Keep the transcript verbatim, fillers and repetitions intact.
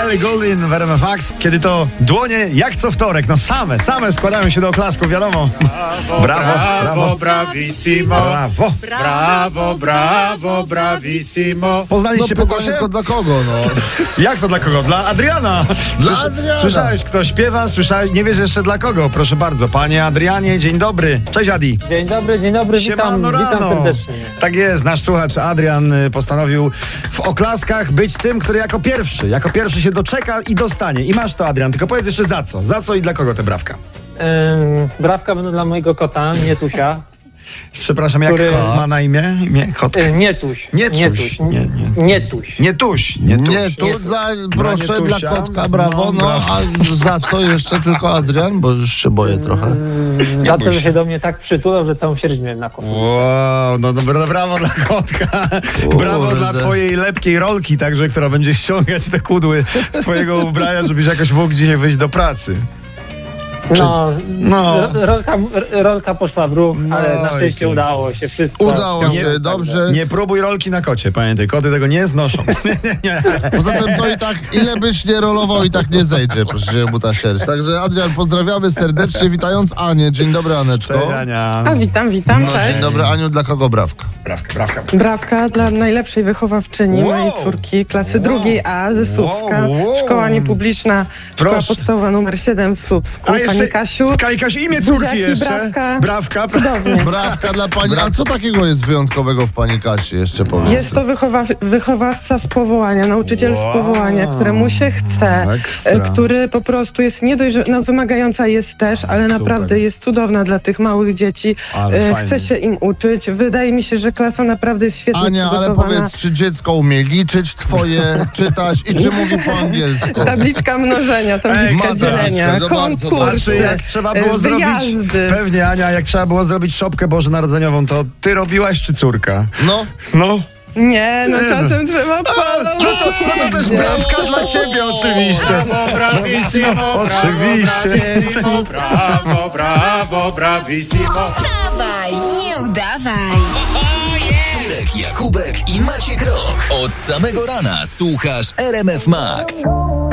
Ellie Goulding w R M F Max, kiedy to dłonie jak co wtorek, no same, same składają się do oklasku, wiadomo. Brawo, brawo, brawo, bravissimo. Brawo. Brawo, brawo, bravissimo. Poznaliście No po pytanie głosie? tylko dla kogo, no. Jak to dla kogo? Dla Adriana. Dla Słysz- Adriana. Słyszałeś, kto śpiewa? Słyszałeś? Nie wiesz jeszcze dla kogo? Proszę bardzo. Panie Adrianie, dzień dobry. Cześć, Adi. Dzień dobry, dzień dobry, witam, Siemano witam rano. serdecznie. Tak jest, nasz słuchacz Adrian y, postanowił w oklaskach być tym, który jako pierwszy, jako pierwszy się doczeka i dostanie. I masz to, Adrian, tylko powiedz jeszcze za co. Za co i dla kogo te brawka? Ym, brawka będą dla mojego kota, Nietusia. Przepraszam, jak Który- kot ma na imię? Imię? Kot? Yy, Nietuś. Nie tuś, Nietuś. nie, nie. Nietuś. Nie tuś, nie tuś. Nie, tu dla, proszę, Dla dla Nietusia. kotka, brawo. No, No, brawo. a z- za co jeszcze tylko Adrian? Bo już się boję trochę. Ym, Nie Za bój to, że się. się do mnie tak przytulał, że całą sierść miałem na kotu. Wow, no dobra, brawo dla kotka. Brawo Kurde. dla twojej lepkiej rolki, także, która będzie ściągać te kudły z twojego ubrania, żebyś jakoś mógł dzisiaj wyjść do pracy. No, no. ro- rolka, rolka poszła w ruch, ale No na szczęście i pięknie. udało się wszystko. Udało ściągnąć, się, tak dobrze. Nie próbuj rolki na kocie, pamiętaj, koty tego nie znoszą. nie, nie, nie. Poza tym to i tak, ile byś nie rolował, i tak nie zejdzie, proszę mu ta sierść. Także Adrian, pozdrawiamy serdecznie, witając Anię. Dzień dobry, Aneczko. Cześć, Ania. A witam, witam, No, cześć. dzień dobry, Aniu, dla kogo brawka? Brawka, brawka. Brawka dla najlepszej wychowawczyni Wow. mojej córki, klasy Wow. drugiej A ze Słupska. Wow, wow. Szkoła niepubliczna, szkoła Proszę. podstawowa numer siedem w Słupsku. A jeszcze, Pani Kasiu, Pani Kasiu, imię córki buziaki, jeszcze. brawka. Brawka. Cudownie. Brawka dla pani. A co takiego jest wyjątkowego w pani Kasi? Jeszcze powiedz. Jest to wychowa- wychowawca z powołania, nauczyciel Wow. z powołania, któremu się chce, Ekstra. e, który po prostu jest nie dość, że no, wymagająca jest też, ale Super. naprawdę jest cudowna dla tych małych dzieci. Ale E, fajnie. Chce się im uczyć. Wydaje mi się, że klasa naprawdę jest świetnie Ania, ale przygotowana. powiedz, czy dziecko umie liczyć twoje, czytać i czy mówi po angielsku? Tabliczka mnożenia, tabliczka Ej, dzielenia, matematyka, no bardzo dobrze. Znaczy, konkursy, jak trzeba było e, zrobić, wyjazdy. pewnie Ania, jak trzeba było zrobić szopkę bożonarodzeniową, to ty robiłaś czy córka? No, No. Nie, no Nie, no. czasem trzeba No to, polować. no to też brawka dla ciebie oczywiście. Brawo, bravissimo. Oczywiście. Bravissimo, brawo, brawo, bravissimo. Wstawaj, nie udawaj. Irek, Jakubek i Maciek Rok. Od samego rana słuchasz R M F Max.